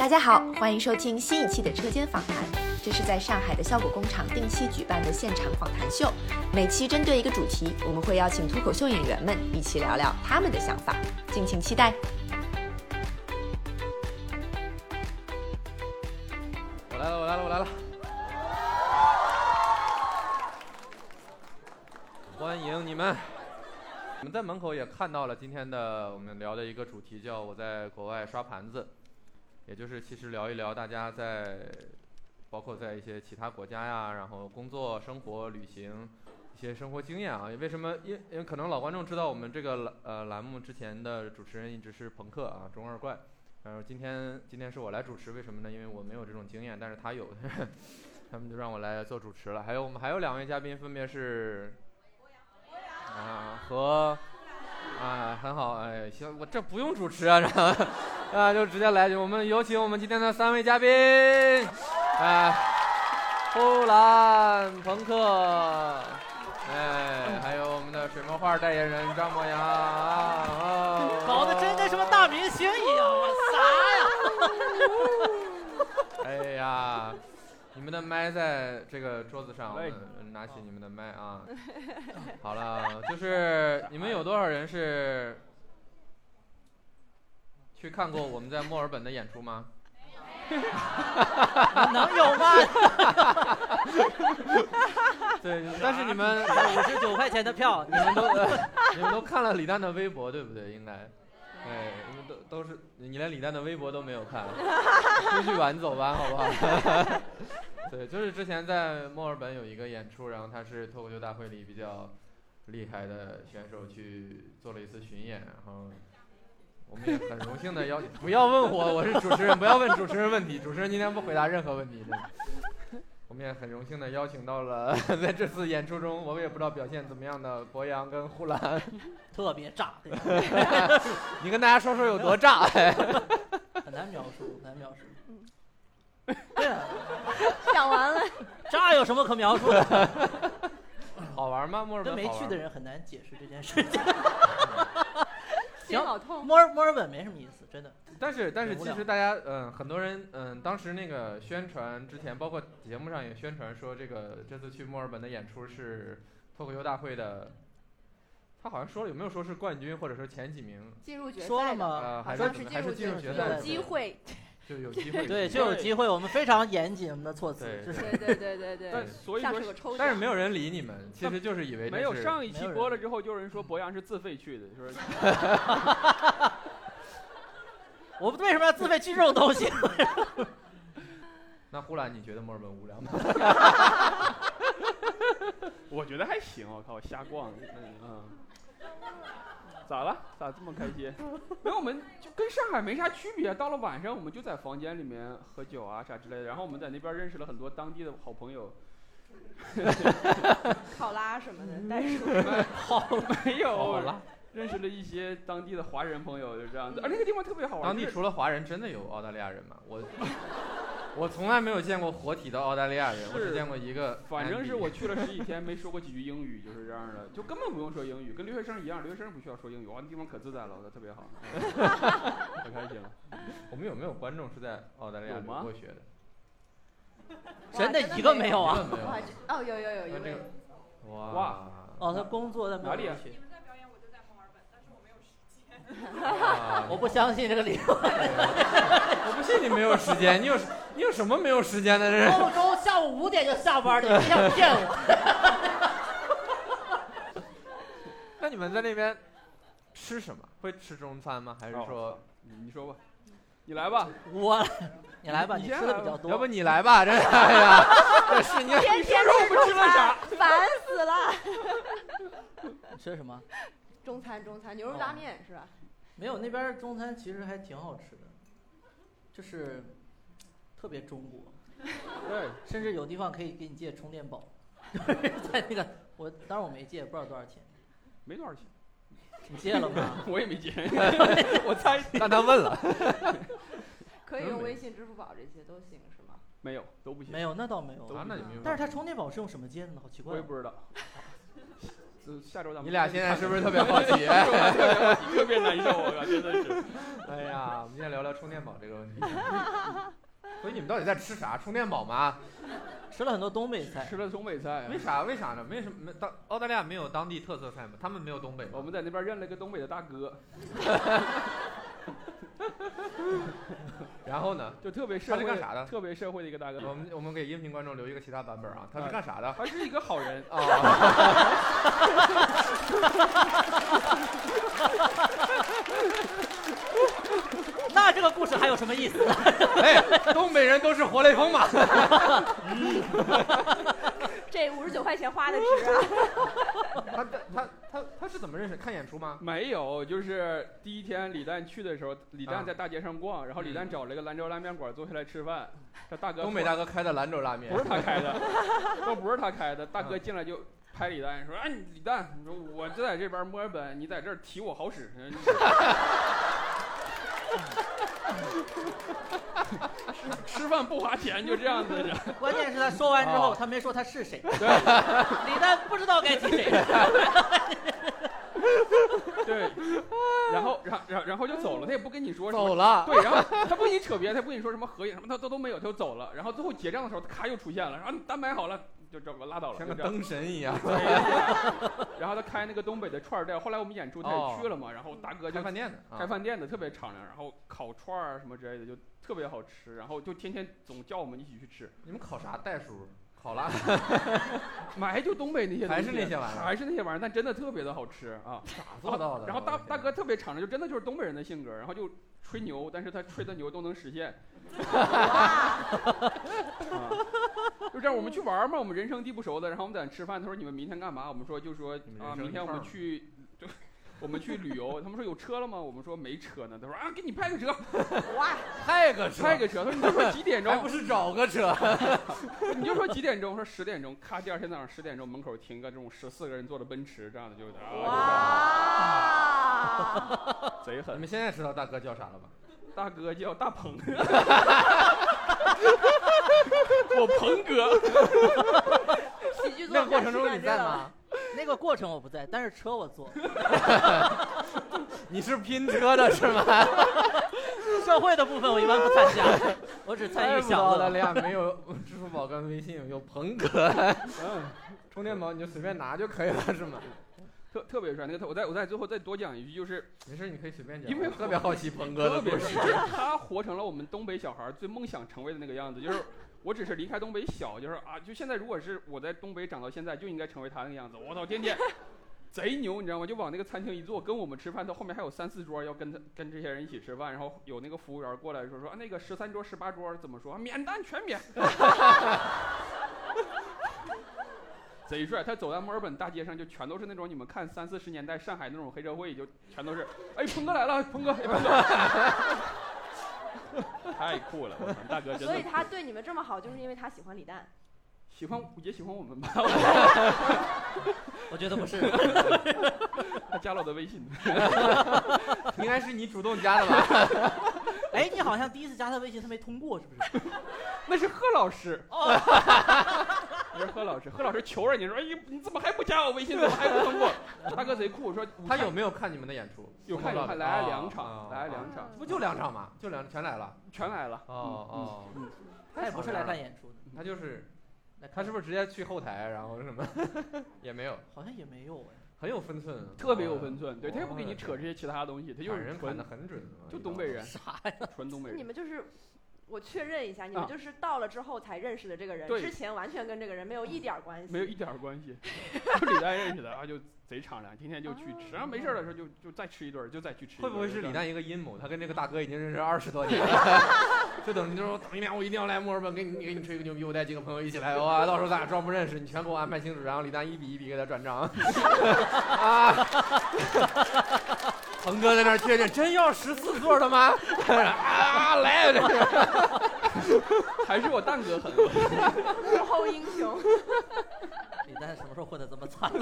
大家好，欢迎收听新一期的车间访谈。这是在上海的效果工厂定期举办的现场访谈秀，每期针对一个主题，我们会邀请脱口秀演员们一起聊聊他们的想法，敬请期待。 我来了！欢迎你们！你们在门口也看到了今天的我们聊的一个主题，叫我在国外刷盘子，也就是其实聊一聊大家包括在一些其他国家呀，然后工作、生活、旅行一些生活经验啊。为什么？因为可能老观众知道我们这个栏目之前的主持人一直是朋克啊，中二怪。然后今天是我来主持，为什么呢？因为我没有这种经验，但是他有，他们就让我来做主持了。我们还有2位嘉宾，分别是和很好，行，我这不用主持啊，就直接来，我们有请我们今天的3位嘉宾，呼兰朋克，还有我们的水墨画代言人张博洋搞得真跟什么大明星一样，我啥呀？ 哎呀，你们的麦在这个桌子上，我们拿起你们的麦啊。好了，就是你们有多少人是去看过我们在墨尔本的演出吗？ 能有吗？ 对，但是你们 59块钱的票， 你们都看了李诞的微博，对不对？应该，对，你们都是，你连李诞的微博都没有看，出去玩走吧，好不好？对，就是之前在墨尔本有一个演出，然后他是脱口秀大会里比较厉害的选手去做了一次巡演，然后我们也很荣幸的不要问我是主持人，不要问主持人问题，主持人今天不回答任何问题。我们也很荣幸的邀请到了在这次演出中，我们也不知道表现怎么样的博洋跟呼兰， 特别炸。 你跟大家说说有多炸？ 很难描述。对啊， 讲完了， 炸有什么可描述的？ 好玩吗？墨尔本跟没去的人很难解释这件事情。 心好痛。 墨尔本没什么意思，真的。 但是其实大家很多人当时那个宣传之前，包括节目上也宣传说这次去墨尔本的演出是脱口秀大会的，他好像说了，有没有说是冠军或者说前几名？ 进入决赛说了吗？ 还是进入决赛？ 有机会。 就有机会， 对，就有机会。我们非常严谨，我们的措辞。 对。 但所以说， 但是没有人理你们，其实就是以为没有上一期播了之后，就有人说博洋是自费去的，说。 我们为什么要自费去这种东西？ 那呼兰，你觉得墨尔本无聊吗？ 我觉得还行，我靠，瞎逛，咋了？咋这么开心？没有，我们就跟上海没啥区别。到了晚上，我们就在房间里面喝酒啊啥之类的。然后我们在那边认识了很多当地的好朋友， 考拉什么的，袋鼠。 好没有，认识了一些当地的华人朋友，就这样子。那个地方特别好玩。 当地除了华人，真的有澳大利亚人吗？我从来没有见过活体的澳大利亚人，我只见过一个。 反正是我去了10几天，没说过几句英语，就是这样的，就根本不用说英语，跟留学生一样，留学生不需要说英语，那地方可自在了，特别好，可开心了。 我们有没有观众是在澳大利亚留过学的？ 真的一个没有啊！ 哦，有一位。 哇！ 哦，他工作在哪里啊？ 你们在表演，我就在墨尔本，但是我没有时间。 我不相信这个理由。 我不信你没有时间，你有什么没有时间的人？ 欧洲下午5点就下班，你不想骗我？ 那你们在那边吃什么？会吃中餐吗？还是说你说吧？你来吧。 你来吧，你吃的比较多。 要不你来吧，这哎呀，这是你天天吃了啥？ 烦死了。 你吃什么？ 中餐牛肉拉面是吧？ 没有，那边中餐其实还挺好吃的，就是特别中国。 对， 甚至有地方可以给你借充电宝。在那个当然我没借，不知道多少钱。 没多少钱。 你借了吗？ 我也没借。我猜， 但他问了。 可以用微信、支付宝这些都行是吗？ 没有，都不行。 没有，那倒没有。 那你没有。 但是他充电宝是用什么接的呢？好奇怪。 我也不知道。 下周咱们你俩现在是不是特别好奇？ 特别难受，我靠，真的是。 哎呀，我们先聊聊充电宝这个问题。所以你们到底在吃啥？充电宝吗？ 吃了很多东北菜， 吃了东北菜。 为啥呢？为什么澳大利亚没有当地特色菜吗？他们没有东北吗？ 我们在那边认了个东北的大哥。 然后呢？ 就特别社会， 他是干啥的？ 特别社会的一个大哥。 我们给音频观众留一个其他版本啊，他是干啥的？ 他是一个好人啊。 那这个故事还有什么意思？ 哎，东北人都是活雷锋嘛。 这59块钱花的值啊！他是怎么认识？看演出吗？ 没有，就是第一天李诞去的时候，李诞在大街上逛，然后李诞找了一个兰州拉面馆坐下来吃饭。这大哥东北大哥开的兰州拉面， 不是他开的，都不是他开的。大哥进来就拍李诞说：“哎，李诞，你说我就在这边墨尔本，你在这儿提我好使。”吃饭不花钱，就这样子。 关键是他说完之后，他没说他是谁。 对， 李诞不知道该提谁。 对，然后就走了，他也不跟你说什么。 走了。 对，然后他不跟你扯别的，他不跟你说什么合影什么，他都没有，他就走了。然后最后结账的时候，他咔又出现了，然后单买好了。就这么拉倒了， 像个灯神一样。 然后他开那个东北的串店，后来我们演出他也去了嘛，然后大哥就开饭店的特别敞亮，然后烤串啊什么之类的就特别好吃，然后就天天总叫我们一起去吃。 你们烤啥袋鼠？烤拉？ 买就东北那些东西， 还是那些玩意儿，但真的特别的好吃啊！ 咋做到的？ 然后大哥特别敞亮，就真的就是东北人的性格，然后就吹牛，但是他吹的牛都能实现。就这样，我们去玩嘛，我们人生地不熟的，然后我们在那吃饭，他说你们明天干嘛？我们说啊，明天我们去，我们去旅游。他们说有车了吗？我们说没车呢。他说啊，给你派个车。 哇，派个车。 他说你就说几点钟？ 还不是找个车。 你就说几点钟？说10点钟。咔，第二天早上10点钟门口停个这种14个人坐的奔驰，这样的就哇， 贼狠。 你们现在知道大哥叫啥了吧？ 大哥叫大鹏。我鹏哥。 喜剧作那个过程中你在吗？ 那个过程我不在，但是车我坐。 你是拼车的是吗？ 社会的部分我一般不参加，我只参与享乐。 澳大利亚没有支付宝跟微信，有鹏哥。充电宝你就随便拿就可以了是吗？ 特别帅，那个我在最后再多讲一句，就是没事，你可以随便讲， 因为特别好奇鹏哥的故事。 他活成了我们东北小孩最梦想成为的那个样子，就是我只是离开东北小，就是啊，就现在如果是我在东北长到现在，就应该成为他那个样子。我操，天天贼牛，你知道吗？就往那个餐厅一坐，跟我们吃饭，到后面还有3、4桌要跟这些人一起吃饭，然后有那个服务员过来说那个13桌、18桌怎么说？免单全免。贼帅！他走在墨尔本大街上，就全都是那种你们看30、40年代上海那种黑社会，就全都是哎，鹏哥来了，鹏哥，哎，鹏哥，太酷了！我操，大哥真的。 所以他对你们这么好，就是因为他喜欢李诞。 喜欢也喜欢我们吧？ 我觉得不是。 他加了我的微信。 应该是你主动加的吧？ 哎，你好像第一次加他微信，他没通过，是不是？ 那是贺老师。那是贺老师，贺老师求着你说，哎，你怎么还不加我微信？怎么还不通过？大哥贼酷，我说他有没有看你们的演出？ 有看，来了2场，来了2场， 不就2场吗？就全来了， 全来了。 他也不是来看演出的， 他就是，他是不是直接去后台，然后什么？也没有， 好像也没有哎。 很有分寸， 特别有分寸。对，他也不给你扯这些其他东西，他就是人看得很准， 就东北人。 啥呀？ 纯东北人。 你们就是。我确认一下，你们就是到了之后才认识的这个人，之前完全跟这个人没有一点关系。 没有一点关系，就李诞认识的，然后就贼敞亮，天天就去吃，然后没事的时候就再吃一顿，就再去吃一顿。 会不会是李诞一个阴谋？他跟这个大哥已经认识20多年了，就等于说等一年我一定要来墨尔本给你吹个牛逼，我带几个朋友一起来，哇，到时候咱俩装不认识，你全给我安排清楚，然后李诞一笔一笔给他转账。啊！鹏哥在那儿确认，真要14座的吗？啊，来！ 还是我蛋哥狠， 幕后英雄。 李诞什么时候混得这么惨？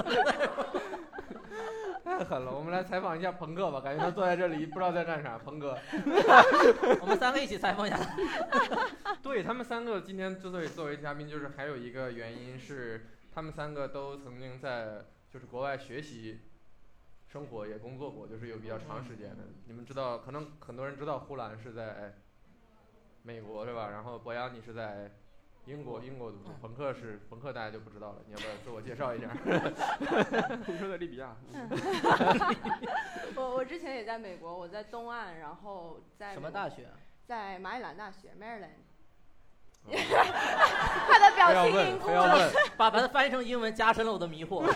太狠了！我们来采访一下鹏哥吧，感觉他坐在这里不知道在干啥。鹏哥， 我们3个一起采访一下。 对，他们3个今天之所以作为嘉宾，就是还有一个原因是他们3个都曾经在就是国外学习、生活也工作过，就是有比较长时间的。你们知道，可能很多人知道呼兰是在美国是吧？然后博洋你是在英国读书，朋克大家就不知道了，你要不要自我介绍一下？ 我说在利比亚。 我之前也在美国，我在东岸，然后在什么大学？ 在马里兰大学 ，Maryland。他的表情凝固了， 把它翻译成英文加深了我的迷惑。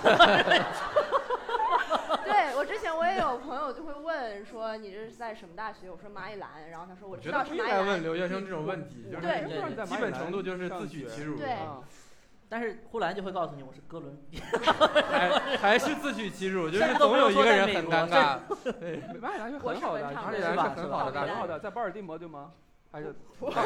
对，我之前我也有朋友就会问说你这是在什么大学？我说马里兰，然后他说我知道是马里兰。 不应该问留学生这种问题，就是基本程度就是自取其辱。 对。 但是呼兰就会告诉你我是哥伦比亚， 还是自取其辱，就是总有一个人很尴尬。 对，马里兰是很好的， 马里兰是很好的大学， 很好的，在巴尔的摩对吗？还是？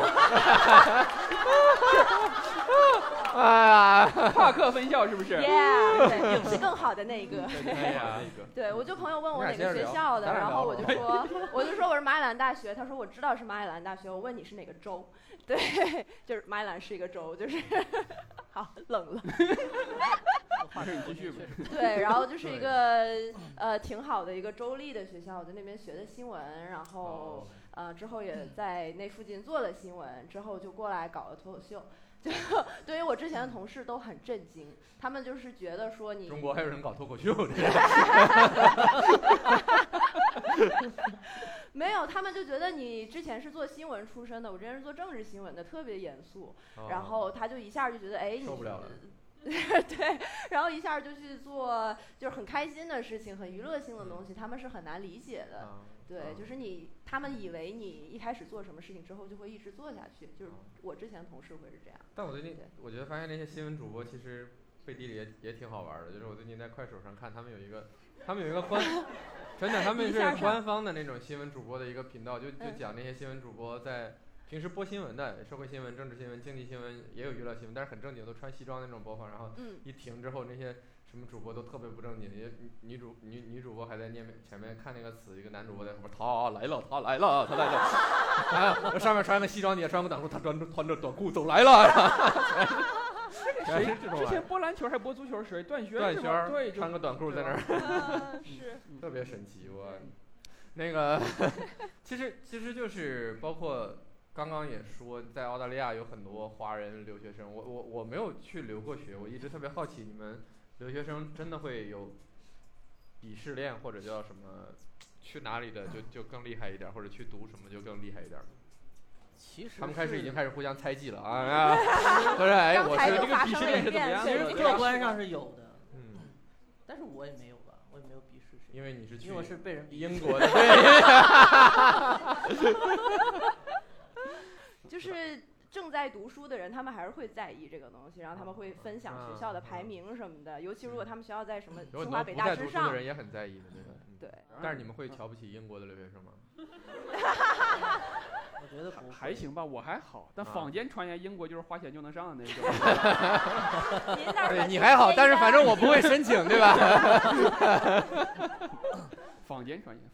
哎呀， 帕克分校是不是 ？Yeah， 是更好的那个。 哎呀， 对，我就朋友问我哪个学校的，然后我就说我是马里兰大学，他说我知道是马里兰大学，我问你是哪个州？对，就是马里兰是一个州，就是好冷了。 没事，你继续吧。 对，然后就是一个挺好的一个州立的学校，我在那边学的新闻，然后之后也在那附近做了新闻，之后就过来搞了脱口秀。就对于我之前的同事都很震惊，他们就是觉得说你中国还有人搞脱口秀的。 没有，他们就觉得你之前是做新闻出身的，我之前是做政治新闻的，特别严肃，然后他就一下就觉得哎，你受不了了。 对，然后一下就去做就是很开心的事情，很娱乐性的东西，他们是很难理解的。对，就是他们以为你一开始做什么事情之后就会一直做下去，就是我之前同事会是这样。 但我最近我觉得发现那些新闻主播其实背地里也挺好玩的，就是我最近在快手上看他们有一个真的他们是官方的那种新闻主播的一个频道，就讲那些新闻主播在平时播新闻的社会新闻、政治新闻、经济新闻也有娱乐新闻，但是很正经，都穿西装那种播放，然后一停之后那些什么主播都特别不正经，女主播还在前面看那个词，一个男主播在后面他来了，他来了，啊，上面穿个西装，底下穿个短裤，他穿着短裤走来了。 谁之前播篮球还播足球谁？段轩对， 穿个短裤在那儿， 是特别神奇。我那个其实就是包括刚刚也说，在澳大利亚有很多华人留学生，我没有去留过学，我一直特别好奇，你们留学生真的会有鄙视链或者叫什么？去哪里的就更厉害一点，或者去读什么就更厉害一点？ 其实他们已经开始互相猜忌了啊！不是，哎，我是这个鄙视链是怎么样？ 其实客观上是有的，但是我也没有吧，我也没有鄙视谁， 因为你是去， 因为我是被人鄙视英国的，对。 就是正在读书的人，他们还是会在意这个东西，然后他们会分享学校的排名什么的，尤其如果他们学校在什么清华北大之上， 有很多不在读书的人也很在意的，对吧？ 对。 但是你们会瞧不起英国的留学生吗？ 我觉得不还行吧，我还好，但坊间传言英国就是花钱就能上的那种。 对，你还好，但是反正我不会申请，对吧？ 坊间传言。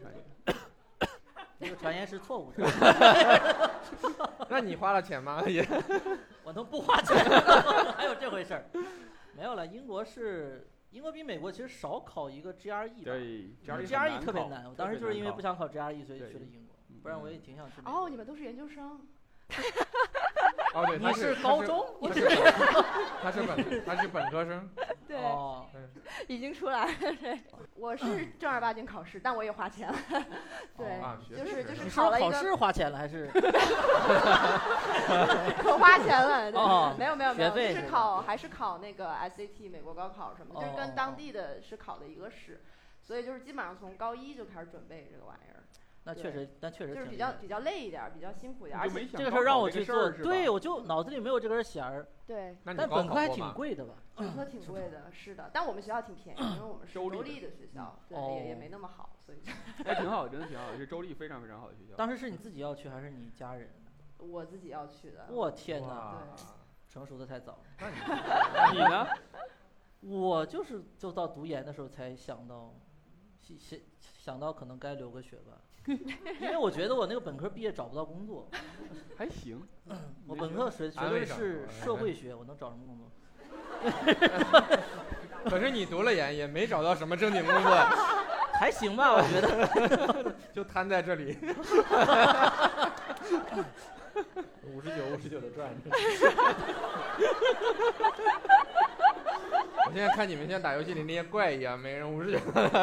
这个传言是错误的。 那你花了钱吗？也， 我都不花钱，还有这回事儿？没有了，英国比美国其实少考一个 GRE 吧？ 对 ，GRE 特别难。我当时就是因为不想考 GRE，所以去了英国，不然我也挺想去。 哦，你们都是研究生。 哦，对， 你是高中， 他是本科生。 对，已经出来了。对，我是正儿八经考试，但我也花钱了。对，就是考了一个。 考试花钱了还是？ 可花钱了。 哦， 没有， 学费是还是考那个 SAT 美国高考什么，就是跟当地的是考的一个试，所以就是基本上从高一就开始准备这个玩意儿。 那确实就是比较累一点，比较辛苦一点，而且这个事儿让我去做，对，我就脑子里没有这根弦儿。 对， 但本科还挺贵的吧？ 本科挺贵的，是的，但我们学校挺便宜，因为我们是州立的学校，对，也没那么好，所以还挺好的，真的挺好的，是州立非常非常好的学校。 当时是你自己要去还是你家人？ 我自己要去的。 我天哪！ 对， 成熟的太早。 你呢？ 我就到读研的时候才想到可能该留个学吧。因为我觉得我那个本科毕业找不到工作， 还行。 我本科学的是社会学，我能找什么工作？ 可是你读了研也没找到什么正经工作， 还行吧，我觉得。 就瘫在这里。59的转着。我现在看你们像打游戏里那些怪一样，每个人59。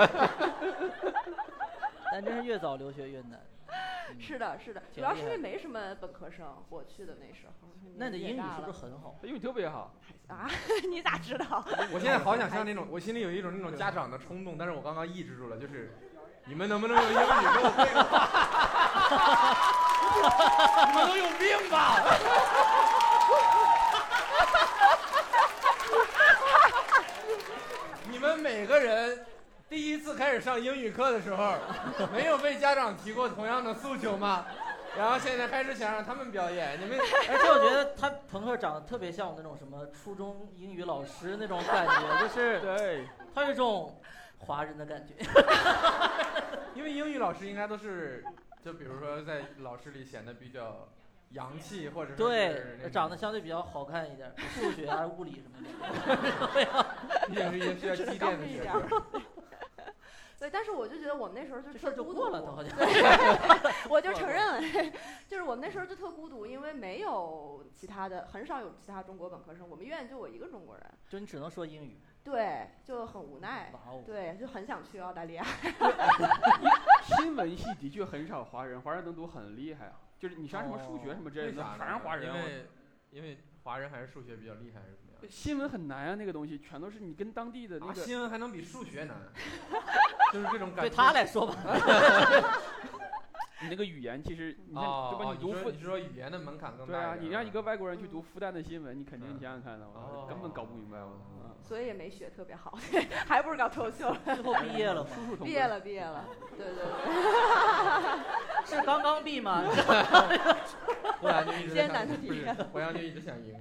但真是越早留学越难。 是的，是的，主要是因为没什么本科生，我去的那时候。 那你的英语是不是很好？ 英语特别好啊？你咋知道？ 我现在好想像那种，我心里有一种那种家长的冲动，但是我刚刚抑制住了，就是你们能不能用英语给我对话？你们都有病吧？你们每个人第一次开始上英语课的时候，没有被家长提过同样的诉求吗？然后现在开始想让他们表演，你们。 而且我觉得他朋克长得特别像我那种什么初中英语老师那种感觉，就是对， 他有一种华人的感觉。 因为英语老师应该都是，就比如说在老师里显得比较洋气，或者是对，长得相对比较好看一点，数学啊、物理什么的。 毕竟是一些需要积淀的学科。 对，但是我就觉得我们那时候就特孤独了，好像。 我就承认了，就是我们那时候就特孤独，因为没有其他的，很少有其他中国本科生，我们院就我一个中国人， 就你只能说英语。 对，就很无奈。 哦、 对，就很想去澳大利亚。 新闻系的确很少华人，华人能读很厉害啊，就是你上什么数学什么之类的，全是华人。 因为华人还是数学比较厉害，还是怎么样？ 新闻很难啊，那个东西全都是你跟当地的那个。 新闻还能比数学难？就是这种感觉。 对他来说吧。 你那个语言其实，你看，对吧？ 你是说语言的门槛更大？ 对啊，你让一个外国人去读复旦的新闻，你肯定你想想看的，根本搞不明白我。 所以也没学特别好，还不如搞脱口秀。 最后毕业了吗？ 毕业了，毕业了。对对对。是刚刚毕吗？ 忽然就一直艰难的体验。 忽然就一直想赢。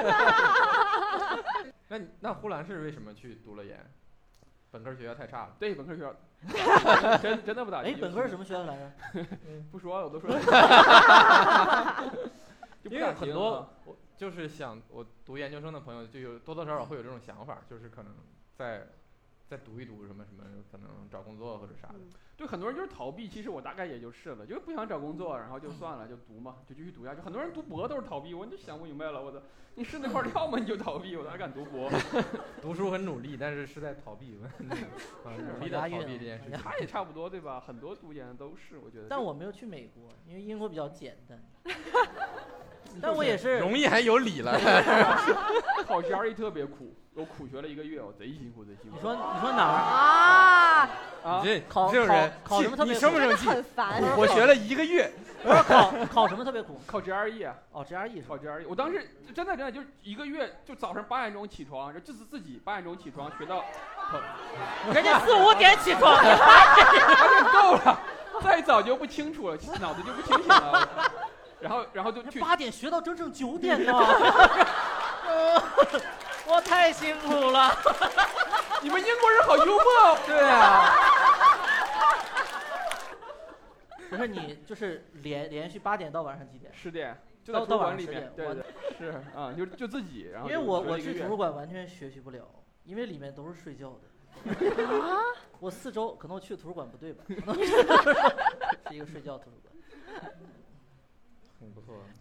那呼兰是为什么去读了研？本科学校太差了。 对，本科学校真的不咋地。 哎，本科是什么学校来着？ 不说了，我都说了。 因为很多我就是想我读研究生的朋友就有多多少少会有这种想法，就是可能再读一读什么什么，可能找工作或者啥的。 对，很多人就是逃避，其实我大概也就是了，就是不想找工作，然后就算了，就读嘛，就继续读下去。很多人读博都是逃避，我就想不明白了，我操，你是那块料吗？你就逃避，我哪敢读博？ 读书很努力，但是在逃避，努力的逃避这件事情。 他也差不多对吧？很多读研都是，我觉得。 但我没有去美国，因为英国比较简单。但我也是容易还有理了。 考 GRE 特别苦，我苦学了1个月，我贼辛苦贼辛苦。 你说哪儿啊？ 你考这种人考什么特别苦？ 你生不生气？ 很烦。 我学了1个月。 考什么特别苦？ 考 GRE 啊。 哦 ，GRE 考 GRE。我当时真的就是1个月，就早上8点钟起床，就是自己8点钟起床学到， 人家4、5点起床 ，8点够了，再早就不清楚了，脑子就不清醒了。然后就去 8点学到整整9点呢。我太辛苦了。 你们英国人好幽默。 对啊。 不是你就是连续8点到晚上几点 ？10点，就在图书馆里面。对，是啊，就自己。然后因为我去图书馆完全学习不了，因为里面都是睡觉的。我4周，可能我去的图书馆不对吧？是一个睡觉图书馆。 挺不错。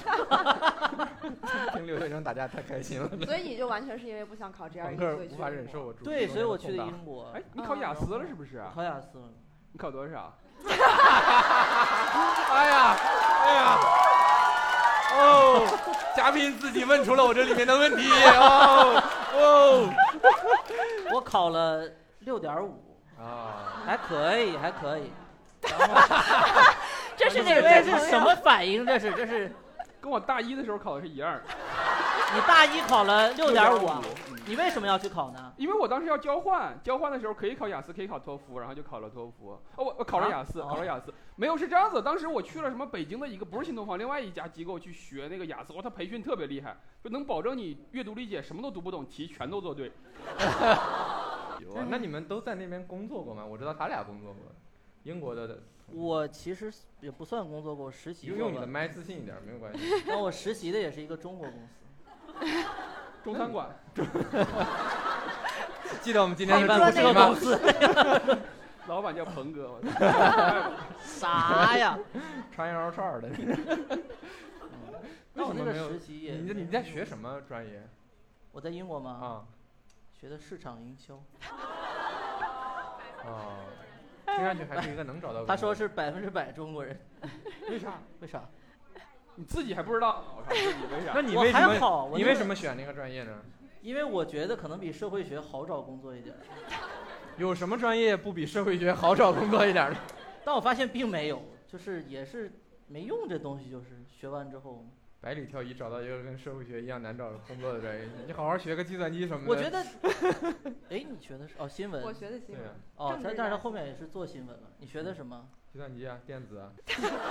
听留学生打架太开心了。 所以你就完全是因为不想考 GRE， 所以无法忍受我。 对，所以我去的英国。 哎，你考雅思了是不是？ 考雅思了。 你考多少？ 哎呀，哦，嘉宾自己问出了我这里面的问题。哦， 我考了6.5。 啊， 还可以。然后。 这是哪位？ 这是什么反应？这是跟我大1的时候考的是一样。 你大1考了6.5啊？你为什么要去考呢？ 因为我当时要交换的时候可以考雅思，可以考托福，然后就考了托福。我考了雅思，考了雅思。没有，是这样子。当时我去了什么北京的一个不是新东方，另外一家机构去学那个雅思，他培训特别厉害，就能保证你阅读理解什么都读不懂，题全都做对。 那你们都在那边工作过吗？我知道他俩工作过，英国的。 我其实也不算工作过，实习过。 用你的麦自信一点，没有关系。 但我实习的也是一个中国公司。 中餐馆。 记得我们今天是一般不是个公司。 老板叫鹏哥， 啥呀？ 穿羊肉串的。 那我那个为什么没有实习也…… 你在学什么专业？ 我在英国吗？ 啊。 学的市场营销。 哦。听上去还是一个能找到工作。 他说是100%中国人。 为啥？ 为啥？ 你自己还不知道？我操，你为啥？ 那你为什么选那个专业呢？ 因为我觉得可能比社会学好找工作一点。 有什么专业不比社会学好找工作一点的？ 但我发现并没有，就是也是没用这东西，就是学完之后百里挑一找到一个跟社会学一样难找工作的专业，你好好学个计算机什么的。 我觉得，哎，你学的是新闻？ 我学的新闻。 哦，但是他后面也是做新闻了。你学的什么？ 计算机啊，电子啊。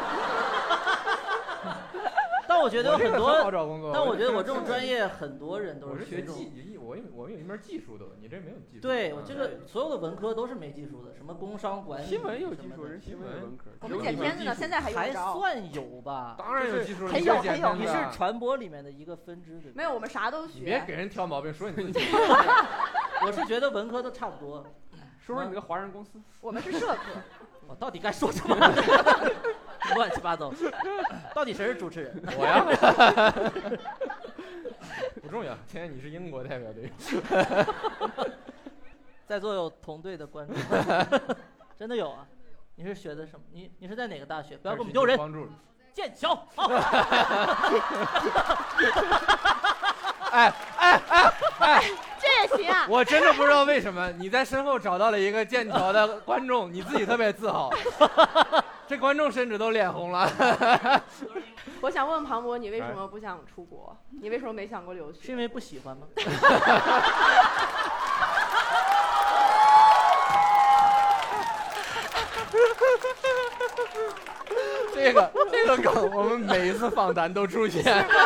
但我觉得有很多好找工作。 但我觉得我这种专业很多人都是学我有一门技术的，你这没有技术。 对，我这个所有的文科都是没技术的，什么工商管理。 新闻有技术，人新闻文科。 我们剪片子呢，现在还算有吧？ 当然有技术， 很有。 你是传播里面的一个分支的。 没有，我们啥都学。 你别给人挑毛病，说你自己。 我是觉得文科都差不多。 说说你的华人公司。 我们是社科。 我到底该说什么？乱七八糟。到底谁是主持人？ 我呀。不重要，现在你是英国代表队。 在座有同队的观众。真的有啊？你是学的什么？你是在哪个大学？不要给我们丢人。剑桥。好。 哎。 这也行啊！ 我真的不知道为什么你在身后找到了一个剑桥的观众，你自己特别自豪。这观众甚至都脸红了。 我想问庞博，你为什么不想出国？你为什么没想过留学？ 是因为不喜欢吗？ 这个梗，我们每一次访谈都出现。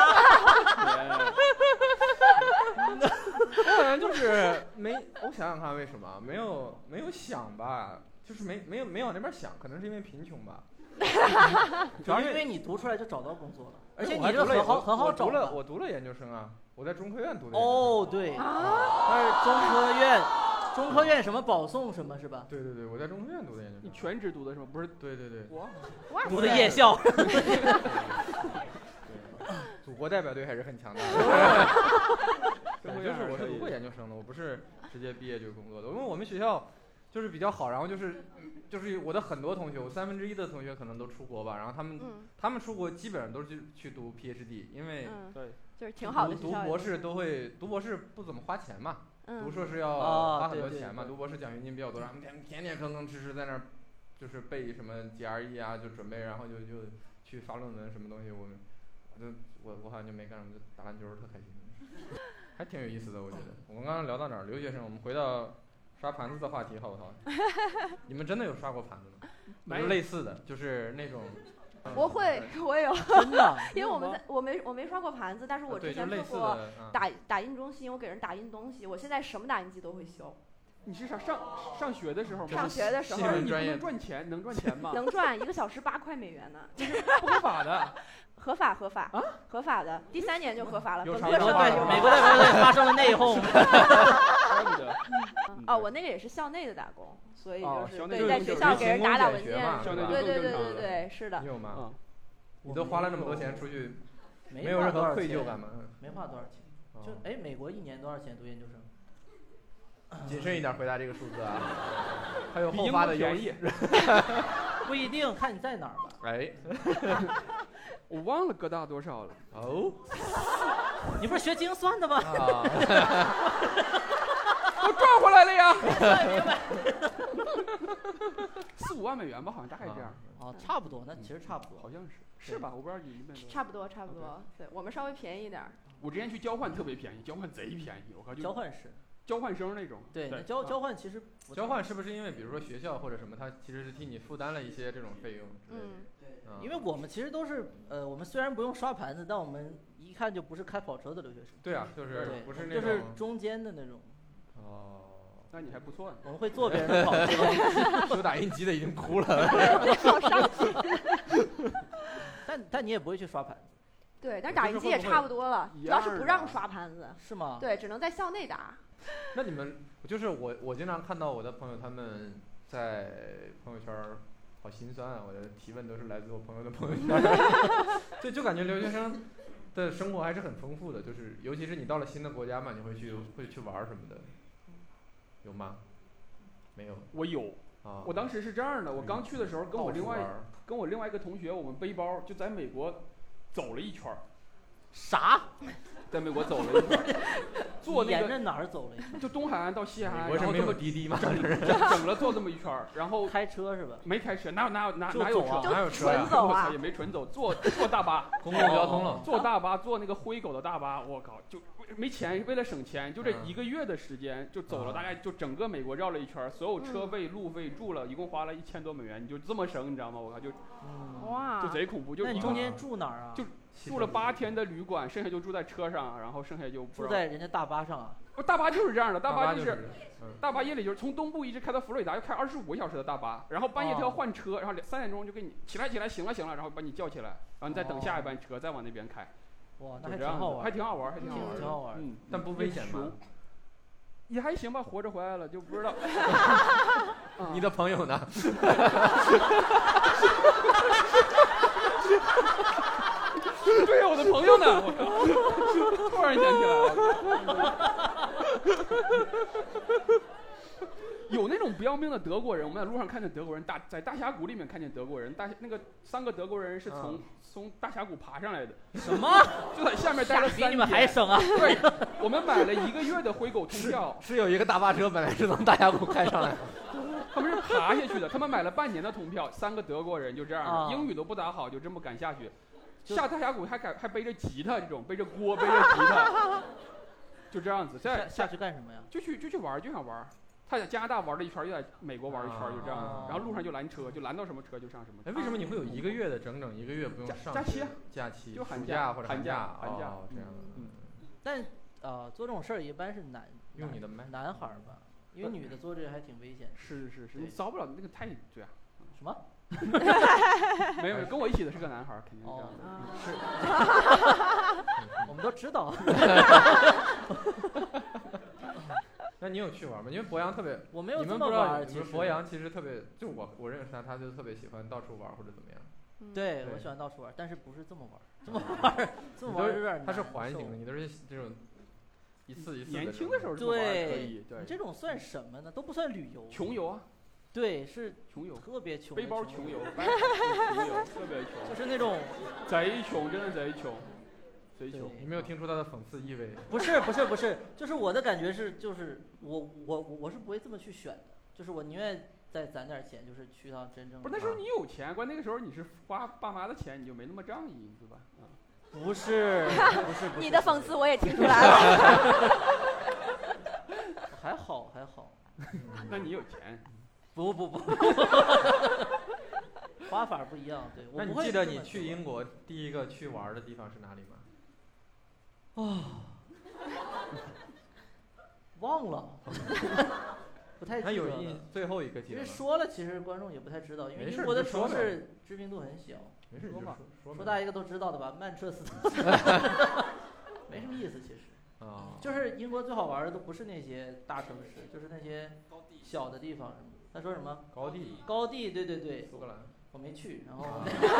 我好像就是我想想看为什么没有想吧，就是没有往那边想，可能是因为贫穷吧。 主要是因为你读出来就找到工作了，而且你这很好找。 我读了研究生啊，我在中科院读的。 哦，对，他是中科院什么保送什么是吧？ 对，我在中科院读的研究生。 你全职读的是吗？不是？ 对。 哇， 读的夜校。 祖国代表队还是很强大的。就是我是读过研究生的，我不是直接毕业就工作的，因为我们学校就是比较好，然后就是我的很多同学，我1/3的同学可能都出国吧，然后他们出国基本上都是去读 PhD， 因为对， 就是挺好的学校。 读博士不怎么花钱嘛，读硕士要花很多钱嘛，读博士奖学金比较多，然后天天吭吭哧哧在那儿就是背什么 GRE 啊，就准备，然后就去发论文什么东西，我好像就没干什么，就打篮球特开心。还挺有意思的，我觉得。我们刚刚聊到哪儿？留学生，我们回到刷盘子的话题好不好？你们真的有刷过盘子吗？没有类似的，就是那种。 我有。 真的？ 因为我没刷过盘子，但是我之前做过打印中心，我给人打印东西，我现在什么打印机都会修。 你是上学的时候吗？ 上学的时候。 你不能赚钱，能赚钱吗？ 能赚，1个小时8块美元呢。 就是不合法的。 合法啊，合法的，第3年就合法了。 美国代表队发生了内讧。 我那个也是校内的打工，所以就是对在学校给人打文件。对，是的。 你有吗？你都花了那么多钱出去， 没有任何愧疚感吗？ 没花多少钱。就美国1年多少钱读研究生？ 谨慎一点回答这个数字啊，还有后发的优势。 不一定，看你在哪儿吧。 哎。 我忘了哥大多少了。 哦， 你不是学精算的吗？ 我赚回来了呀！4-5万美元吧，好像大概这样。 差不多，那其实差不多， 好像是吧？我不知道你们。 差不多。对，我们稍微便宜一点。 我之前去交换特别便宜，交换贼便宜，我靠！ 交换是。 交换生那种。 对，交换其实。 交换是不是因为比如说学校或者什么，它其实是替你负担了一些这种费用？ 对，因为我们其实都是我们虽然不用刷盘子，但我们一看就不是开跑车的留学生。 对啊，就是不是那种。 就是中间的那种。 那你还不错呢。 我们会坐别人的跑车。 修打印机的已经哭了。 好伤心。 但你也不会去刷盘子。 对，但是打印机也差不多了，主要是不让刷盘子。 是吗？ 对，只能在校内打。 那你们就是我经常看到我的朋友他们在朋友圈儿，好心酸啊！我的提问都是来自我朋友的朋友圈。对，就感觉留学生的生活还是很丰富的，就是尤其是你到了新的国家嘛，你会去玩什么的，有吗？没有。 我有。 啊。 我当时是这样的，我刚去的时候跟我另外一个同学，我们背包就在美国走了一圈儿。 啥？ 在美国走了一圈儿，坐那个沿着哪儿走了一圈？ 就东海岸到西海岸， 然后没有滴滴吗？ 整了坐这么一圈儿，然后开车是吧？ 没开车，哪有车？ 哪有车呀？ 走啊！ 我操，也没纯走，坐大巴， 公共交通了。 坐大巴，坐那个灰狗的大巴，我靠，就没钱，为了省钱，就这1个月的时间就走了，大概就整个美国绕了一圈，所有车费、路费、住了一共花了1000多美元，你就这么省，你知道吗？我靠，就哇， 就贼恐怖。就那你中间住哪儿啊？ 就住了8天的旅馆，剩下就住在车上，然后剩下就住在人家大巴上啊。 不，大巴就是这样的，大巴就是大巴夜里就是从东部一直开到佛罗里达，要开25个小时的大巴，然后半夜他要换车，然后3点钟就给你起来，行了，然后把你叫起来，然后你再等下一班车，再往那边开。 哇，那还挺好玩， 还挺好玩， 挺好玩。 嗯， 但不危险吗？ 也还行吧，活着回来了就不知道。 你的朋友呢？ 对呀，我的朋友呢？我靠！突然想起来了。有那种不要命的德国人，我们在路上看见德国人，在大峡谷里面看见德国人，那个3个德国人是从大峡谷爬上来的。 什么？ 就在下面待了3天。 比你们还省啊！ 对，我们买了1个月的灰狗通票。 是有一个大巴车本来是从大峡谷开上来的。 他们是爬下去的，他们买了半年的通票，3个德国人就这样的，英语都不咋好，就这么赶下去。下大峡谷还背着吉他，这种背着锅背着吉他，就这样子。 下去干什么呀？ 就去玩，就想玩。他在加拿大玩了一圈，又在美国玩一圈，就这样子。然后路上就拦车，就拦到什么车就上什么车。 哎，为什么你会有1个月的整1个月不用上假期啊？ 假期就寒假或者寒假哦，这样的。 但做这种事儿一般是用你的麦男孩吧，因为女的做这个还挺危险。 是，你遭不了那个太对啊。 什么？ 没有，跟我一起的是个男孩，肯定这样的。 是。我们都知道。 那你有去玩吗？因为博洋特别， 我没有这么玩。 其实博洋其实特别，就我认识他就特别喜欢到处玩或者怎么样。 对，我喜欢到处玩，但是不是这么玩，这么玩有点难。 他是环形的，你都是这种一次一次的。 年轻的时候这么玩可以，对。 你这种算什么呢？都不算旅游。 穷游啊。 对，是穷游， 特别穷。 背包穷游，特别穷， 就是那种贼穷，真的贼穷。 你没有听出他的讽刺意味？ 不是，就是我的感觉是，就是我是不会这么去选的，就是我宁愿再攒点钱，就是去趟真正。 不是那时候你有钱，关键那个时候你是花爸妈的钱，你就没那么仗义，对吧？ 不是。 你的讽刺我也听出来了。 还好。 那你有钱？ 不。花法不一样，对。 那你记得你去英国第一个去玩的地方是哪里吗？ 忘了，不太记得了。 那有最后一个记得。 因为说了，其实观众也不太知道，因为英国的城市知名度很小。 没事， 说大家一个都知道的吧，曼彻斯特。没什么意思，其实。就是英国最好玩的都不是那些大城市，就是那些小的地方。他说什么？ 高地， 对。 苏格兰。 我没去，然后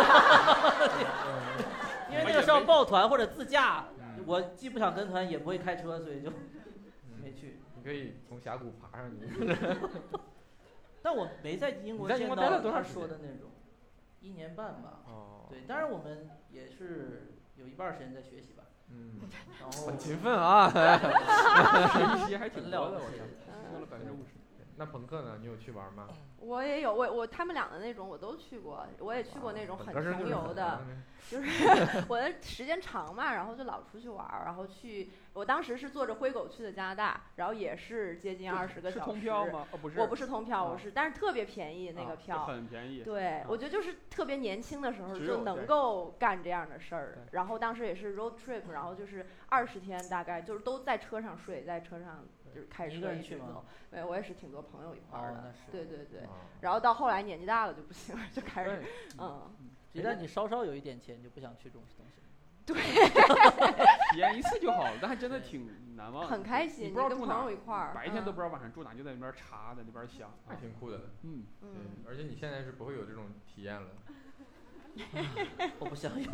因为那个是要抱团或者自驾，我既不想跟团，也不会开车，所以就没去。 你可以从峡谷爬上去。 但我没在英国见到他说的那种，1年半吧。对，当然我们也是有一半时间在学习吧。然后很勤奋啊。 学习还挺多的，我想说了50%。 那朋克呢？你有去玩吗？ 我也有，他们俩的那种我都去过，我也去过那种很穷游的，就是我的时间长嘛，然后就老出去玩，然后我当时是坐着灰狗去的加拿大，然后也是接近20个小时。是通票吗？不是， 我不是通票，但是特别便宜那个票， 很便宜。 对，我觉得就是特别年轻的时候就能够干这样的事儿，然后当时也是 road trip， 然后就是20天大概就是都在车上睡，在车上。就是开车一起走，对，我也是挺多朋友一块儿的，对，然后到后来年纪大了就不行了，就开始， 一旦你稍有一点钱，就不想去这种东西。 对， 体验一次就好了，但还真的挺难忘的。 很开心， 你不知道住哪跟朋友一块儿， 白天都不知道晚上住哪，就在那边查，在那边想， 还挺酷的。 嗯， 对，而且你现在是不会有这种体验了。 我不想有。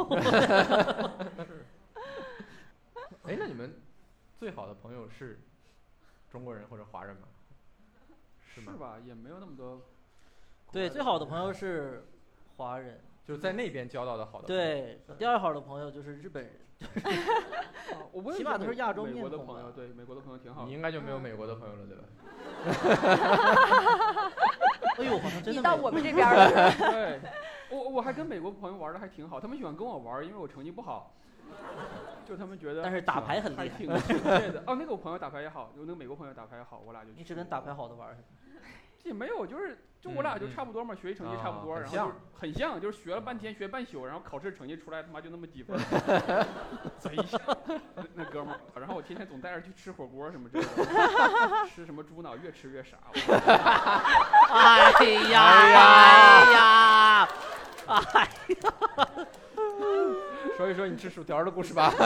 哎，那你们最好的朋友是中国人或者华人吗？是吗？ 是吧？也没有那么多。 对，最好的朋友是华人， 就是在那边交到的好的朋友。 对，第二好的朋友就是日本人。 我起码都是亚洲美面孔国的朋友，对，美国的朋友挺好的。 你应该就没有美国的朋友了，对吧？ 哎呦，好像真的。 你到我们这边了。 对，我还跟美国朋友玩的还挺好，他们喜欢跟我玩，因为我成绩不好，就他们觉得。 但是打牌很厉害。 挺对的。哦，那个我朋友打牌也好，有那个美国朋友打牌也好，我俩就。 你只跟打牌好的玩。 也没有，就我俩就差不多嘛，学习成绩差不多，然后就很像，就是学了半天学半宿，然后考试成绩出来他妈就那么几分，贼像那哥们儿。然后我天天总带着去吃火锅什么之类的，吃什么猪脑越吃越傻。 哎呀！ 说一说你吃薯条的故事吧。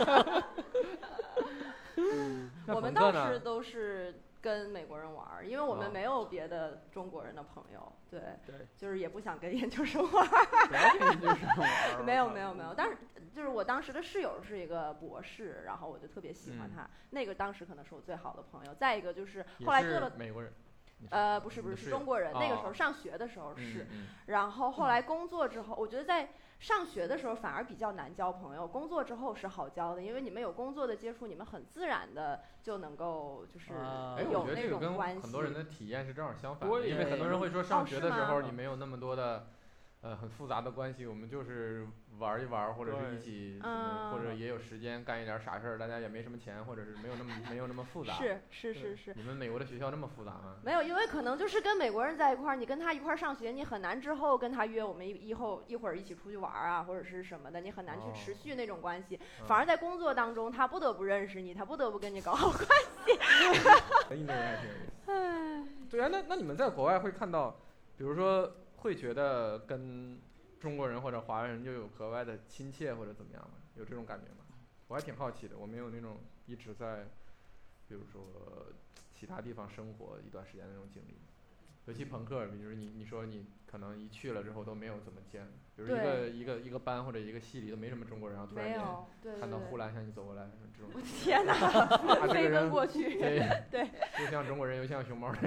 我们当时都是跟美国人玩，因为我们没有别的中国人的朋友，对，就是也不想跟研究生玩。没有，但是就是我当时的室友是一个博士，然后我就特别喜欢他，那个当时可能是我最好的朋友。再一个就是后来做了美国人。 不是是中国人，那个时候上学的时候是，然后后来工作之后，我觉得在上学的时候反而比较难交朋友，工作之后是好交的，因为你们有工作的接触，你们很自然的就能够就是有那种关系。 很多人的体验是正好相反的，因为很多人会说上学的时候你没有那么多的很复杂的关系，我们就是玩一玩，或者是一起，或者也有时间干一点傻事儿，大家也没什么钱，或者是没有那么复杂。 是。 你们美国的学校那么复杂吗？ 没有，因为可能就是跟美国人在一块儿，你跟他一块儿上学，你很难之后跟他约我们一会儿一起出去玩啊，或者是什么的，你很难去持续那种关系。反而在工作当中，他不得不认识你，他不得不跟你搞好关系。 印度人还挺有意思。对啊，那你们在国外会看到，比如说。会觉得跟中国人或者华人就有格外的亲切或者怎么样吗？有这种感觉吗？我还挺好奇的，我没有那种一直在，比如说其他地方生活一段时间的那种经历。尤其朋克，比如你说你可能一去了之后都没有怎么见，比如一个班或者一个系里都没什么中国人，然后突然间看到呼兰向你走过来，这种。 我天哪！飞奔过去。对。 又像中国人又像熊猫人。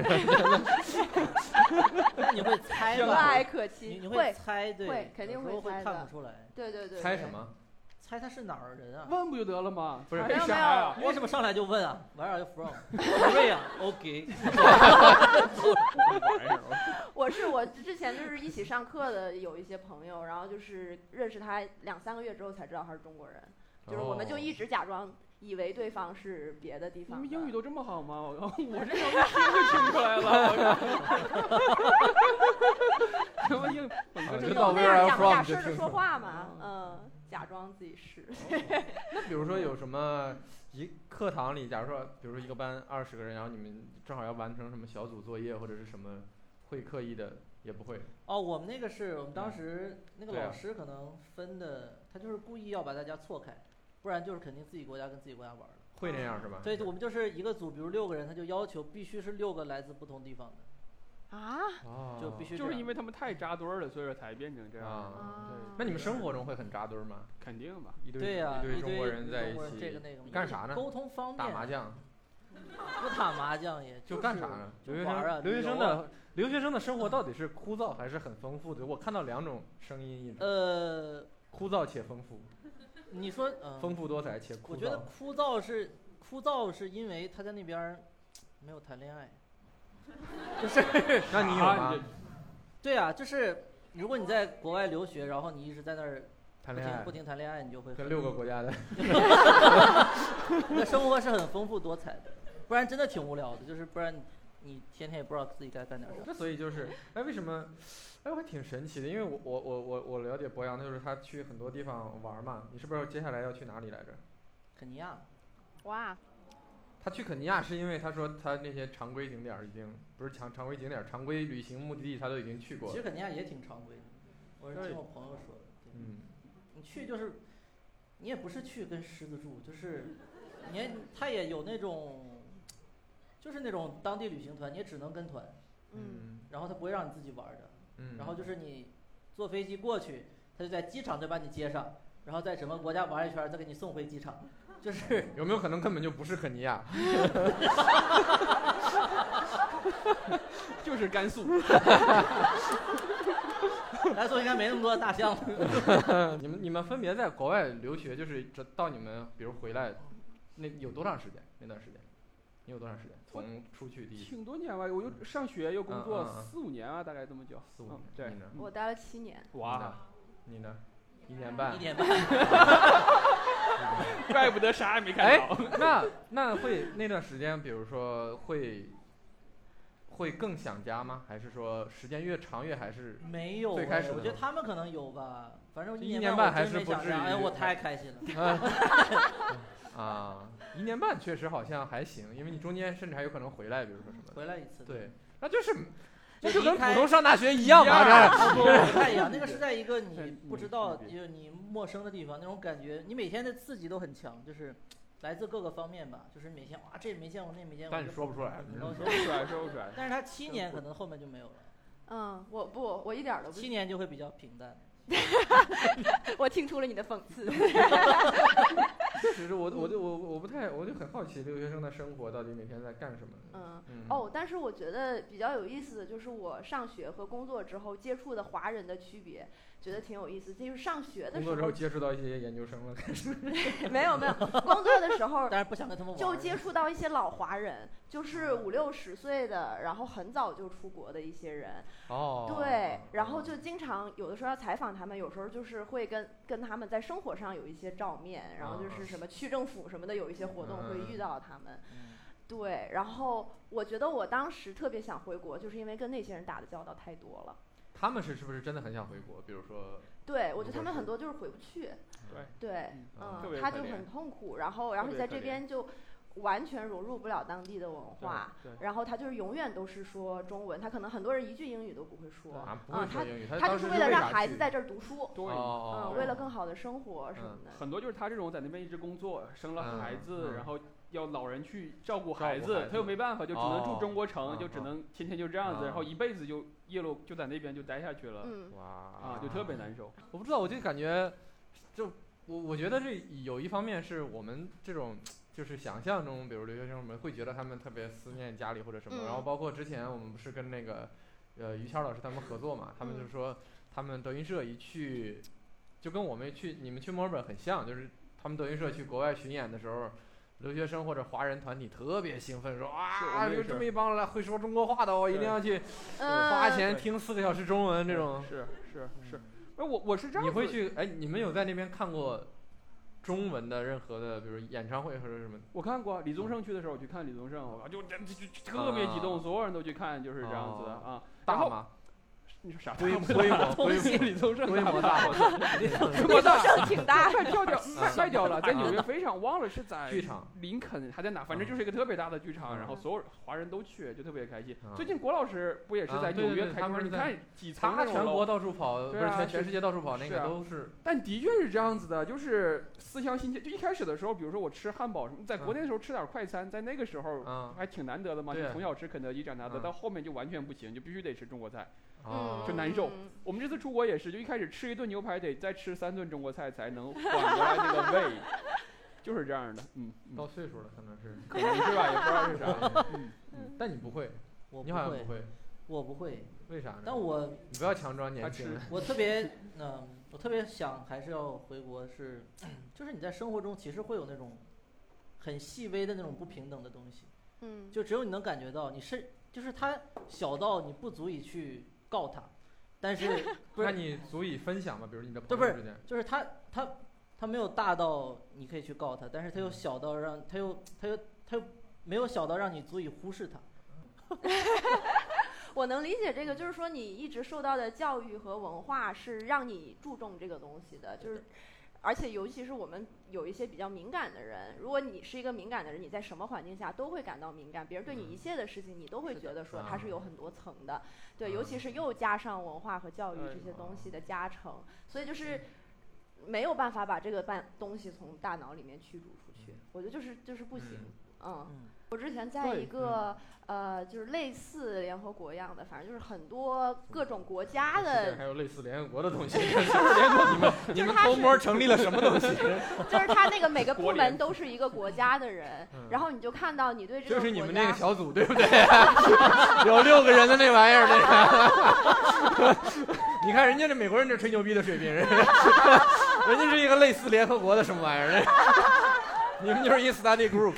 那你会猜吧？ 和蔼可亲。 你会猜对？ 会，肯定会猜的。 看不出来。 对。 猜什么？ 猜他是哪儿人啊？ 问不就得了吗？ 不是为啥呀？ 为什么上来就问啊 ？Where are you from？ Korea。OK。 我之前就是一起上课的有一些朋友，然后就是认识他2-3个月之后才知道他是中国人，就是我们就一直假装以为对方是别的地方的。 你们英语都这么好吗？我这时候一听就听出来了。什么英？ 就那样讲不假式的说话嘛，假装自己是。 那比如说有什么课堂里，假如说比如说一个班20个人，然后你们正好要完成什么小组作业或者是什么，会刻意的也不会。 哦，我们那个是我们当时那个老师可能分的，他就是故意要把大家错开，不然就是肯定自己国家跟自己国家玩的。 会那样是吧？ 对，我们就是一个组，比如6个人，他就要求必须是6个来自不同地方的。就必须就是因为他们太扎堆了，所以才变成这样。 那你们生活中会很扎堆吗？ 肯定吧， 一堆中国人在一起， 这个那个干啥呢？ 沟通方便。 打麻将。 不打麻将也就干啥呢？留学生的生活到底是枯燥还是很丰富的？我看到2种声音一直。枯燥且丰富。 你说丰富多彩且枯燥。 我觉得枯燥是因为他在那边没有谈恋爱。就是， 那你有吗？ 对啊，就是如果你在国外留学，然后你一直在那儿谈恋爱， 不停谈恋爱，你就会跟6个国家的。 你的生活是很丰富多彩的，不然真的挺无聊的。就是不然你天天也不知道自己该干点啥。 那所以就是，为什么？我还挺神奇的，因为我了解博洋，就是他去很多地方玩嘛。你是不是接下来要去哪里来着？ 肯尼亚。 哇。 他去肯尼亚是因为他说他那些常规景点已经不是常规景点，常规旅行目的地他都已经去过了。 其实肯尼亚也挺常规的，我是听我朋友说的。你去就是， 你也不是去跟狮子住，就是他也有那种，就是那种当地旅行团，你也只能跟团，然后他不会让你自己玩的，然后就是你坐飞机过去，他就在机场再把你接上，然后在什么国家玩一圈，再给你送回机场，就是有没有可能根本就不是肯尼亚？ 就是甘肃。 甘肃应该没那么多大象。 你们分别在国外留学，就是到你们比如回来，那有多长时间？那段时间，你有多长时间？从出去第一挺多年吧，我又上学又工作4、5年啊，大概这么久。 4、5年。 对。 我待了7年。 哇，你呢？1年半。 1年半。 怪不得啥也没看到。 那会那段时间，比如说会更想家吗？还是说时间越长越还是没有？ 最开始我觉得他们可能有吧，反正 1年半还是不至于。 哎，我太开心了。 1年半确实好像还行，因为你中间甚至还有可能回来，比如说什么。 回来一次。 对，那就跟普通上大学一样嘛， 不太一样。那个是在一个你不知道、你陌生的地方，那种感觉，你每天的刺激都很强，就是来自各个方面吧。就是每天哇，这没见过，那没见过。 但是说不出来， 说不出来。 但是他7年可能后面就没有了。 我一点都不。 7年就会比较平淡。 我听出了你的讽刺。 确实是我就很好奇留学生的生活到底每天在干什么。 但是我觉得比较有意思的就是我上学和工作之后接触的华人的区别，觉得挺有意思。就是上学的时候， 工作之后接触到一些研究生了，开始。 没有，工作的时候， 但是不想跟他们玩， 就接触到一些老华人，就是50、60岁的，然后很早就出国的一些人。对，然后就经常有的时候要采访他们，有时候就是会跟他们在生活上有一些照面，然后就是什么区政府什么的有一些活动会遇到他们。对，然后我觉得我当时特别想回国，就是因为跟那些人打的交道太多了。 他们是不是真的很想回国？比如说， 对，我觉得他们很多就是回不去。对，他就很痛苦，然后在这边就完全融入不了当地的文化，然后他就是永远都是说中文，他可能很多人一句英语都不会说。 不会说英语， 他就是为了让孩子在这儿读书， 为了更好的生活什么的。 很多就是他这种在那边一直工作，生了孩子，然后要老人去照顾孩子，他又没办法，就只能住中国城，就只能天天就这样子，然后一辈子就就在那边就待下去了。就特别难受。 我不知道，我就感觉，我觉得这有一方面是我们这种就是想象中，比如留学生们会觉得他们特别思念家里或者什么，然后包括之前我们不是跟那个于谦老师他们合作嘛，他们就说他们德云社一去，就跟你们去墨尔本很像，就是他们德云社去国外巡演的时候。留学生或者华人团体特别兴奋，说有这么一帮来会说中国话的，我一定要去花钱听4个小时中文这种。 是。我是这样。 你会去？你们有在那边看过中文的任何的，比如演唱会或者什么？ 我看过，李宗盛去的时候我去看李宗盛，就特别激动，所有人都去看，就是这样子的大吗？ 你说啥？ 规模李宗盛规模大， 李宗盛挺大， 太屌了，在纽约非常忘了是在剧场林肯还在哪，反正就是一个特别大的剧场，然后所有华人都去，就特别开心。最近郭老师不也是在纽约开门？你看几层那种楼， 全国到处跑，不是全世界到处跑，那个都是。 但的确是这样子的，就是思乡心切。就一开始的时候，比如说我吃汉堡什么，在国内的时候吃点快餐，在那个时候还挺难得的嘛，就从小吃肯德基长大的，到后面就完全不行，就必须得吃中国菜。就难受。我们这次出国也是，就一开始吃一顿牛排得再吃3顿中国菜才能缓过来这个胃，就是这样的。 到岁数了可能是吧，也不知道是啥。 但你不会， 你好像不会， 我不会。 为啥呢？ 但你不要强装年轻。 我特别想还是要回国，就是你在生活中其实会有那种很细微的那种不平等的东西。就只有你能感觉到，就是它小到你不足以去告他，但是那你足以分享吗？比如你的朋友之间， 就是他没有大到你可以去告他，但是他又小到他又没有小到让你足以忽视他。 我能理解这个，就是说你一直受到的教育和文化是让你注重这个东西的，就是。而且尤其是我们有一些比较敏感的人，如果你是一个敏感的人，你在什么环境下都会感到敏感，别人对你一切的事情你都会觉得说它是有很多层的。对，尤其是又加上文化和教育这些东西的加成，所以就是没有办法把这个东西从大脑里面驱逐出去，我觉得就是不行。我之前在一个就是类似联合国一样的，反正就是很多各种国家的， 还有类似联合国的东西，你们偷摸成立了什么东西？ 就是他那个每个部门都是一个国家的人，然后你就看到你对这个就是你们那个小组对不对？有6个人的那玩意儿，这个。你看人家这美国人这吹牛逼的水平，人家是一个类似联合国的什么玩意儿？你们就是一 study group。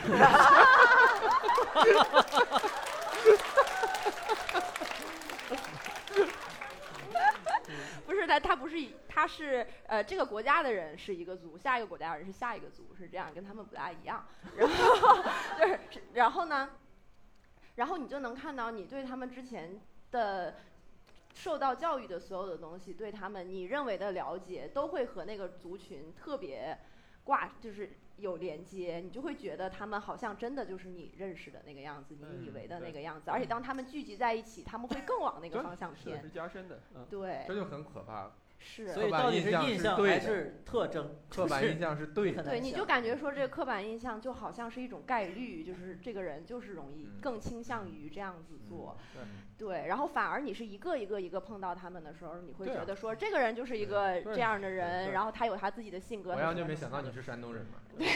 不是他不是他是这个国家的人是一个族，下一个国家的人是下一个族，是这样，跟他们不大一样。然后呢，然后你就能看到你对他们之前的受到教育的所有的东西，对他们你认为的了解，都会和那个族群特别就是有连接，你就会觉得他们好像真的就是你认识的那个样子，你以为的那个样子，而且当他们聚集在一起，他们会更往那个方向偏， 是加深的， 对， 这就很可怕。 是， 所以到底是印象还是特征？ 刻板印象是对的。 对，你就感觉说这个刻板印象就好像是一种概率，就是这个人就是容易更倾向于这样子做。对，然后反而你是一个碰到他们的时候，你会觉得说这个人就是一个这样的人，然后他有他自己的性格。 我就没想到你是山东人嘛。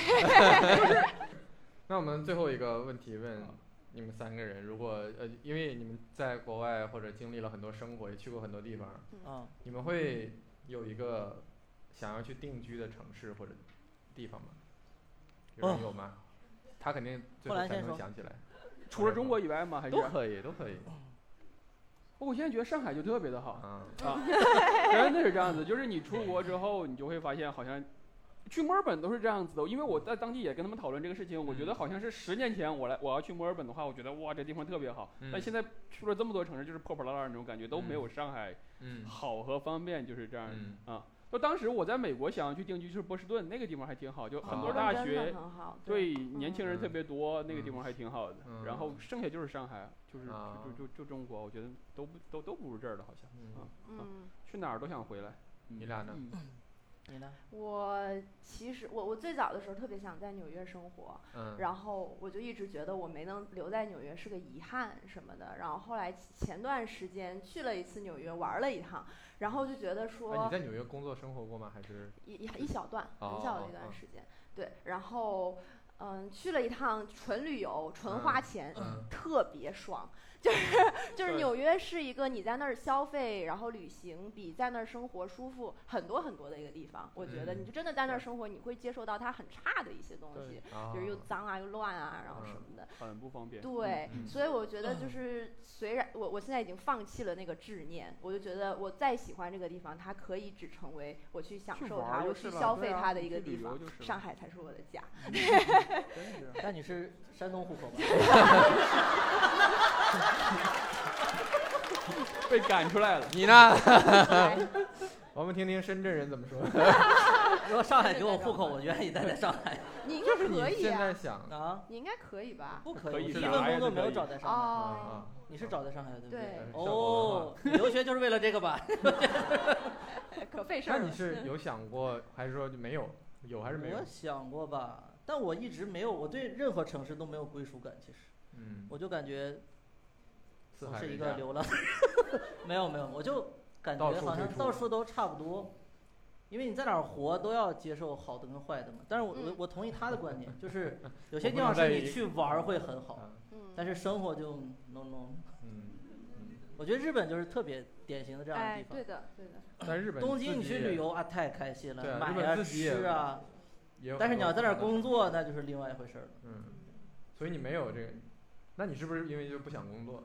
那我们最后一个问题问你们3个人，如果因为你们在国外或者经历了很多生活，也去过很多地方，你们会有一个想要去定居的城市或者地方吗？有人有吗？他肯定最后才能想起来。 除了中国以外吗？还是都可以。 我现在觉得上海就特别的好真的是这样子，就是你出国之后，你就会发现好像。去墨尔本都是这样子的，因为我在当地也跟他们讨论这个事情，我觉得好像是10年前我要去墨尔本的话，我觉得哇这地方特别好，但现在去了这么多城市，就是破破烂烂那种感觉，都没有上海好和方便，就是这样就当时我在美国想要去定居，就是波士顿那个地方还挺好，就很多大学，对年轻人特别多，那个地方还挺好的。然后剩下就是上海，就中国，我觉得都不如这儿的，好像去哪儿都想回来。 你俩呢？ 你呢？ 其实我最早的时候特别想在纽约生活，然后我就一直觉得我没能留在纽约是个遗憾什么的。然后后来前段时间去了一次纽约玩了一趟，然后就觉得说， 你在纽约工作生活过吗？还是一小段很小的一段时间，对，然后去了一趟纯旅游纯花钱，特别爽。就是纽约是一个你在那儿消费然后旅行比在那儿生活舒服很多很多的一个地方。我觉得你就真的在那儿生活，你会接受到它很差的一些东西，就是又脏啊又乱啊然后什么的， 很不方便。 对，所以我觉得就是虽然我现在已经放弃了那个执念，我就觉得我再喜欢这个地方，它可以只成为我去享受它我去消费它的一个地方，上海才是我的家。 那你是山东户口吧？ 被赶出来了， 你呢？我们听听深圳人怎么说。 如果上海给我户口，我愿意待在上海。 你应该可以啊。 现在想你应该可以吧？ 不可以，第一份工作没有找在上海。你是找在上海的，对不对？哦，你留学就是为了这个吧？ 可费事儿。 那你是有想过，还是说没有？有还是没有？ 我想过吧，但我一直没有，我对任何城市都没有归属感。其实，我就感觉我是一个流浪。没有，我就感觉好像到处都差不多。因为你在哪儿活都要接受好的跟坏的嘛。但是我同意他的观点，就是有些地方是你去玩会很好，但是生活就 no。我觉得日本就是特别典型的这样的地方。 对的。 在日本， 东京你去旅游啊，太开心了，买啊吃啊。但是你要在那儿工作，那就是另外一回事了。 所以你没有这个，那你是不是因为就不想工作？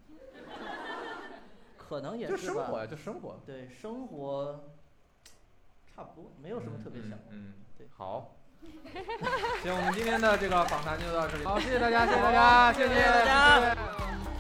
可能也是吧。 就生活呀，就生活。 对，生活差不多，没有什么特别想。 对。好。行，我们今天的这个访谈就到这里。好，谢谢大家，谢谢大家，谢谢大家。